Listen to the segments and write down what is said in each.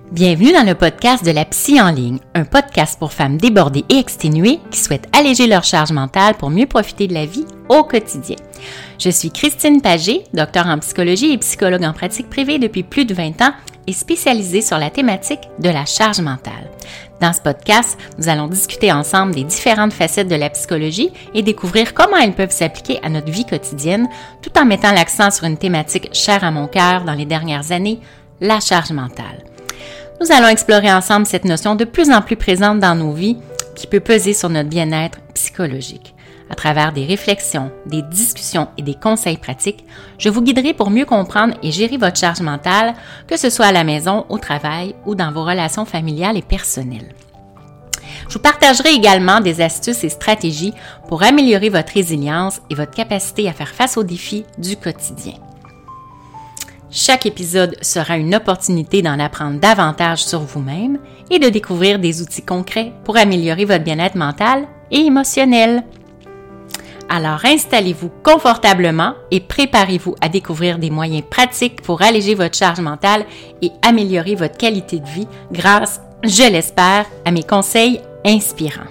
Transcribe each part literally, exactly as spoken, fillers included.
Bienvenue dans le podcast de la Psy en ligne, un podcast pour femmes débordées et exténuées qui souhaitent alléger leur charge mentale pour mieux profiter de la vie au quotidien. Je suis Christine Pagé, docteure en psychologie et psychologue en pratique privée depuis plus de vingt ans et spécialisée sur la thématique de la charge mentale. Dans ce podcast, nous allons discuter ensemble des différentes facettes de la psychologie et découvrir comment elles peuvent s'appliquer à notre vie quotidienne, tout en mettant l'accent sur une thématique chère à mon cœur dans les dernières années, la charge mentale. Nous allons explorer ensemble cette notion de plus en plus présente dans nos vies qui peut peser sur notre bien-être psychologique. À travers des réflexions, des discussions et des conseils pratiques, je vous guiderai pour mieux comprendre et gérer votre charge mentale, que ce soit à la maison, au travail ou dans vos relations familiales et personnelles. Je vous partagerai également des astuces et stratégies pour améliorer votre résilience et votre capacité à faire face aux défis du quotidien. Chaque épisode sera une opportunité d'en apprendre davantage sur vous-même et de découvrir des outils concrets pour améliorer votre bien-être mental et émotionnel. Alors installez-vous confortablement et préparez-vous à découvrir des moyens pratiques pour alléger votre charge mentale et améliorer votre qualité de vie grâce, je l'espère, à mes conseils inspirants.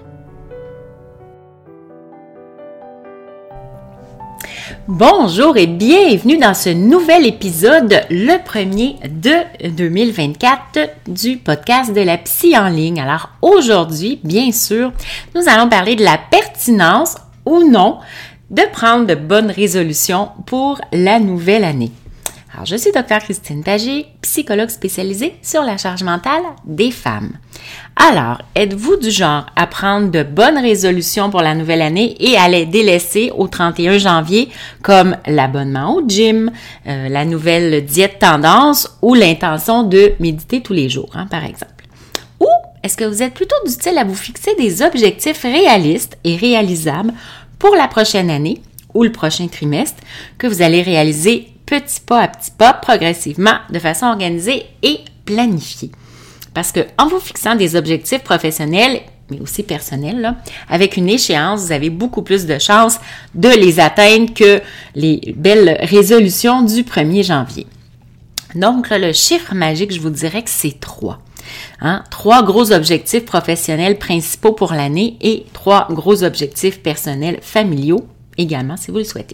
Bonjour et bienvenue dans ce nouvel épisode, le premier de deux mille vingt-quatre du podcast de la Psy en ligne. Alors aujourd'hui, bien sûr, nous allons parler de la pertinence ou non de prendre de bonnes résolutions pour la nouvelle année. Alors, je suis docteure Christine Pagé, psychologue spécialisée sur la charge mentale des femmes. Alors, êtes-vous du genre à prendre de bonnes résolutions pour la nouvelle année et à les délaisser au trente et un janvier, comme l'abonnement au gym, euh, la nouvelle diète tendance ou l'intention de méditer tous les jours, hein, par exemple? Ou est-ce que vous êtes plutôt du style à vous fixer des objectifs réalistes et réalisables pour la prochaine année ou le prochain trimestre que vous allez réaliser petit pas à petit pas, progressivement, de façon organisée et planifiée? Parce que en vous fixant des objectifs professionnels, mais aussi personnels, là, avec une échéance, vous avez beaucoup plus de chances de les atteindre que les belles résolutions du premier janvier. Donc, le chiffre magique, je vous dirais que c'est trois. Hein? Trois gros objectifs professionnels principaux pour l'année et trois gros objectifs personnels familiaux également, si vous le souhaitez.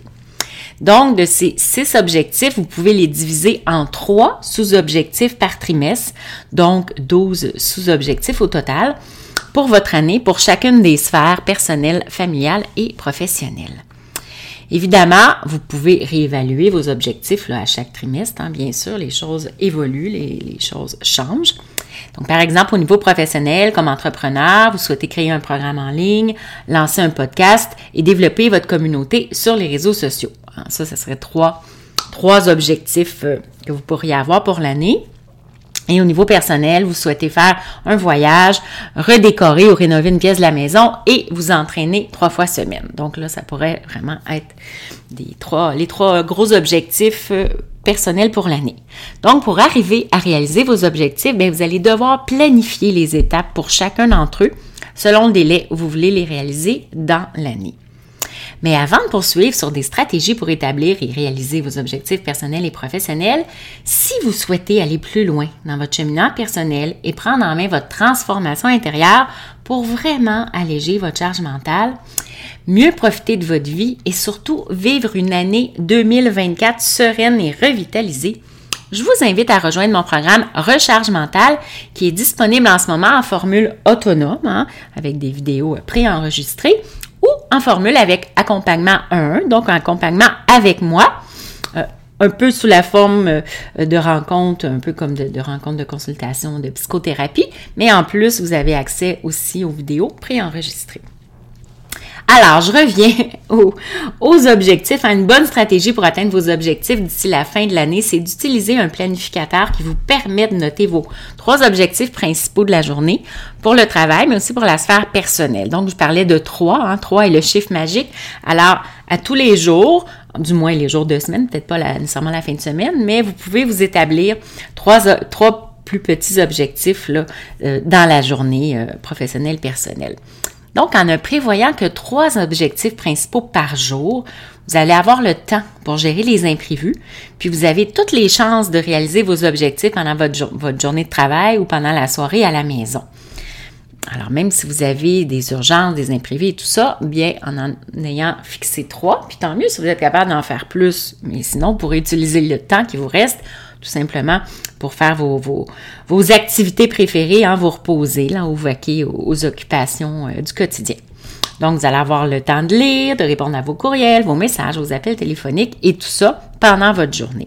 Donc, de ces six objectifs, vous pouvez les diviser en trois sous-objectifs par trimestre, donc douze sous-objectifs au total pour votre année, pour chacune des sphères personnelles, familiales et professionnelles. Évidemment, vous pouvez réévaluer vos objectifs là, à chaque trimestre. Hein, bien sûr, les choses évoluent, les, les choses changent. Donc, par exemple, au niveau professionnel, comme entrepreneur, vous souhaitez créer un programme en ligne, lancer un podcast et développer votre communauté sur les réseaux sociaux. Ça, ce serait trois, trois objectifs que vous pourriez avoir pour l'année. Et au niveau personnel, vous souhaitez faire un voyage, redécorer ou rénover une pièce de la maison et vous entraîner trois fois semaine. Donc là, ça pourrait vraiment être des trois, les trois gros objectifs personnels pour l'année. Donc, pour arriver à réaliser vos objectifs, bien, vous allez devoir planifier les étapes pour chacun d'entre eux selon le délai où vous voulez les réaliser dans l'année. Mais avant de poursuivre sur des stratégies pour établir et réaliser vos objectifs personnels et professionnels, si vous souhaitez aller plus loin dans votre cheminement personnel et prendre en main votre transformation intérieure pour vraiment alléger votre charge mentale, mieux profiter de votre vie et surtout vivre une année deux mille vingt-quatre sereine et revitalisée, je vous invite à rejoindre mon programme Recharge mentale qui est disponible en ce moment en formule autonome, hein, avec des vidéos préenregistrées, ou en formule avec accompagnement un à un, donc un accompagnement avec moi, euh, un peu sous la forme euh, de rencontres, un peu comme de, de rencontres de consultation, de psychothérapie, mais en plus, vous avez accès aussi aux vidéos préenregistrées. Alors, je reviens aux, aux objectifs. Une bonne stratégie pour atteindre vos objectifs d'ici la fin de l'année, c'est d'utiliser un planificateur qui vous permet de noter vos trois objectifs principaux de la journée pour le travail, mais aussi pour la sphère personnelle. Donc, je parlais de trois, hein, trois est le chiffre magique. Alors, à tous les jours, du moins les jours de semaine, peut-être pas la, nécessairement la fin de semaine, mais vous pouvez vous établir trois, trois plus petits objectifs là, euh, dans la journée euh, professionnelle personnelle. Donc, en ne prévoyant que trois objectifs principaux par jour, vous allez avoir le temps pour gérer les imprévus, puis vous avez toutes les chances de réaliser vos objectifs pendant votre, jo- votre journée de travail ou pendant la soirée à la maison. Alors, même si vous avez des urgences, des imprévus et tout ça, bien, en en ayant fixé trois, puis tant mieux si vous êtes capable d'en faire plus, mais sinon, vous pourrez utiliser le temps qui vous reste tout simplement pour faire vos, vos, vos activités préférées, hein, vous reposer, là, ou vaquer aux, aux occupations euh, du quotidien. Donc, vous allez avoir le temps de lire, de répondre à vos courriels, vos messages, vos appels téléphoniques et tout ça pendant votre journée.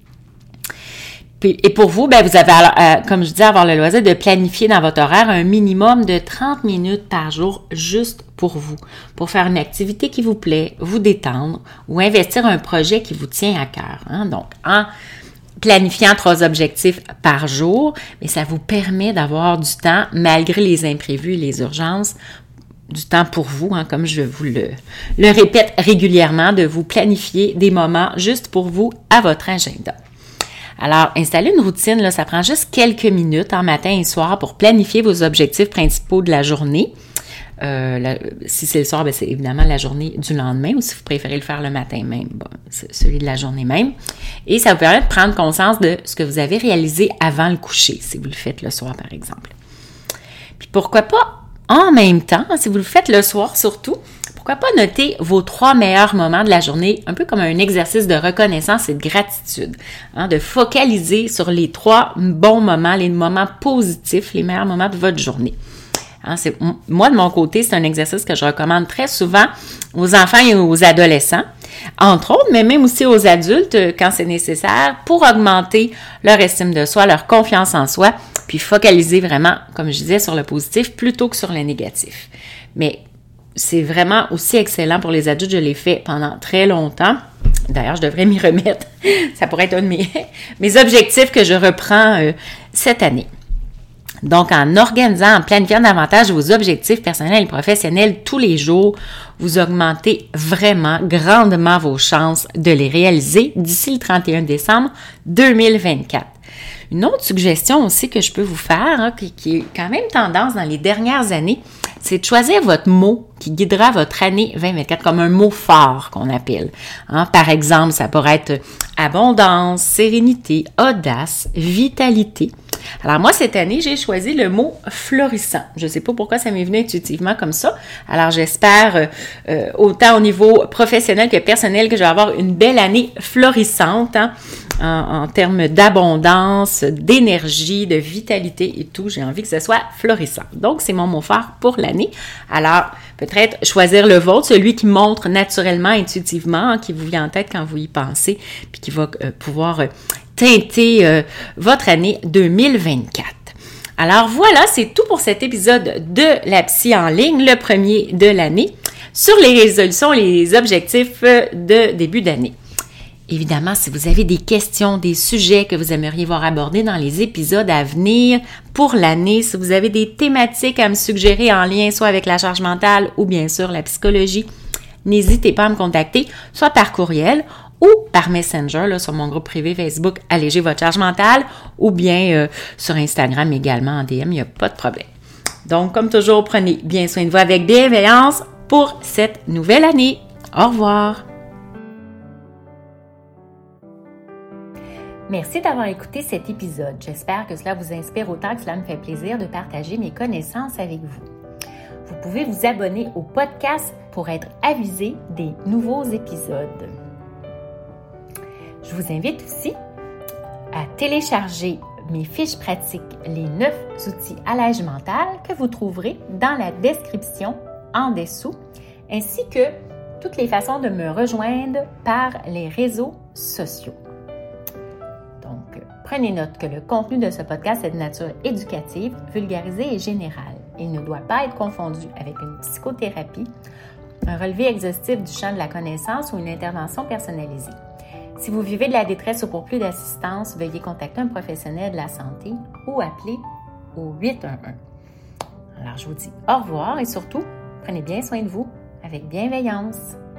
Puis, et pour vous, ben, vous avez, euh, comme je dis, avoir le loisir de planifier dans votre horaire un minimum de trente minutes par jour juste pour vous, pour faire une activité qui vous plaît, vous détendre ou investir un projet qui vous tient à cœur. Hein? Donc, en planifiant trois objectifs par jour, mais ça vous permet d'avoir du temps, malgré les imprévus et les urgences, du temps pour vous, hein, comme je vous le, le répète régulièrement, de vous planifier des moments juste pour vous à votre agenda. Alors, installer une routine, là, ça prend juste quelques minutes en matin et soir pour planifier vos objectifs principaux de la journée. Euh, la, si c'est le soir, bien, c'est évidemment la journée du lendemain, ou si vous préférez le faire le matin même, bon, c'est celui de la journée même. Et ça vous permet de prendre conscience de ce que vous avez réalisé avant le coucher, si vous le faites le soir, par exemple. Puis pourquoi pas, en même temps, si vous le faites le soir surtout, pourquoi pas noter vos trois meilleurs moments de la journée, un peu comme un exercice de reconnaissance et de gratitude, hein, de focaliser sur les trois bons moments, les moments positifs, les meilleurs moments de votre journée. Hein, c'est, moi, de mon côté, c'est un exercice que je recommande très souvent aux enfants et aux adolescents, entre autres, mais même aussi aux adultes quand c'est nécessaire, pour augmenter leur estime de soi, leur confiance en soi, puis focaliser vraiment, comme je disais, sur le positif plutôt que sur le négatif. Mais c'est vraiment aussi excellent pour les adultes. Je l'ai fait pendant très longtemps. D'ailleurs, je devrais m'y remettre. Ça pourrait être un de mes, mes objectifs que je reprends euh, cette année. Donc, en organisant, en planifiant davantage vos objectifs personnels et professionnels tous les jours, vous augmentez vraiment grandement vos chances de les réaliser d'ici le trente et un décembre deux mille vingt-quatre. Une autre suggestion aussi que je peux vous faire, hein, qui, qui est quand même tendance dans les dernières années, c'est de choisir votre mot qui guidera votre année vingt vingt-quatre comme un mot fort qu'on appelle. Hein, par exemple, ça pourrait être abondance, sérénité, audace, vitalité. Alors moi, cette année, j'ai choisi le mot florissant. Je ne sais pas pourquoi ça m'est venu intuitivement comme ça. Alors j'espère, euh, euh, autant au niveau professionnel que personnel, que je vais avoir une belle année florissante, hein, en, en termes d'abondance, d'énergie, de vitalité et tout. J'ai envie que ce soit florissant. Donc, c'est mon mot fort pour l'année. Alors, peut-être choisir le vôtre, celui qui montre naturellement, intuitivement, hein, qui vous vient en tête quand vous y pensez, puis qui va euh, pouvoir... Euh, teinter euh, votre année deux mille vingt-quatre. Alors voilà, c'est tout pour cet épisode de La Psy en ligne, le premier de l'année, sur les résolutions et les objectifs de début d'année. Évidemment, si vous avez des questions, des sujets que vous aimeriez voir abordés dans les épisodes à venir pour l'année, si vous avez des thématiques à me suggérer en lien soit avec la charge mentale ou bien sûr la psychologie, n'hésitez pas à me contacter, soit par courriel ou par Messenger, là, sur mon groupe privé Facebook, Alléger votre charge mentale, ou bien euh, sur Instagram également en D M, il n'y a pas de problème. Donc, comme toujours, prenez bien soin de vous avec bienveillance pour cette nouvelle année. Au revoir! Merci d'avoir écouté cet épisode. J'espère que cela vous inspire autant que cela me fait plaisir de partager mes connaissances avec vous. Vous pouvez vous abonner au podcast pour être avisé des nouveaux épisodes. Je vous invite aussi à télécharger mes fiches pratiques, les neuf outils allège mental que vous trouverez dans la description en dessous, ainsi que toutes les façons de me rejoindre par les réseaux sociaux. Donc, prenez note que le contenu de ce podcast est de nature éducative, vulgarisée et générale. Il ne doit pas être confondu avec une psychothérapie, un relevé exhaustif du champ de la connaissance ou une intervention personnalisée. Si vous vivez de la détresse ou pour plus d'assistance, veuillez contacter un professionnel de la santé ou appeler au huit un un. Alors, je vous dis au revoir et surtout, prenez bien soin de vous avec bienveillance.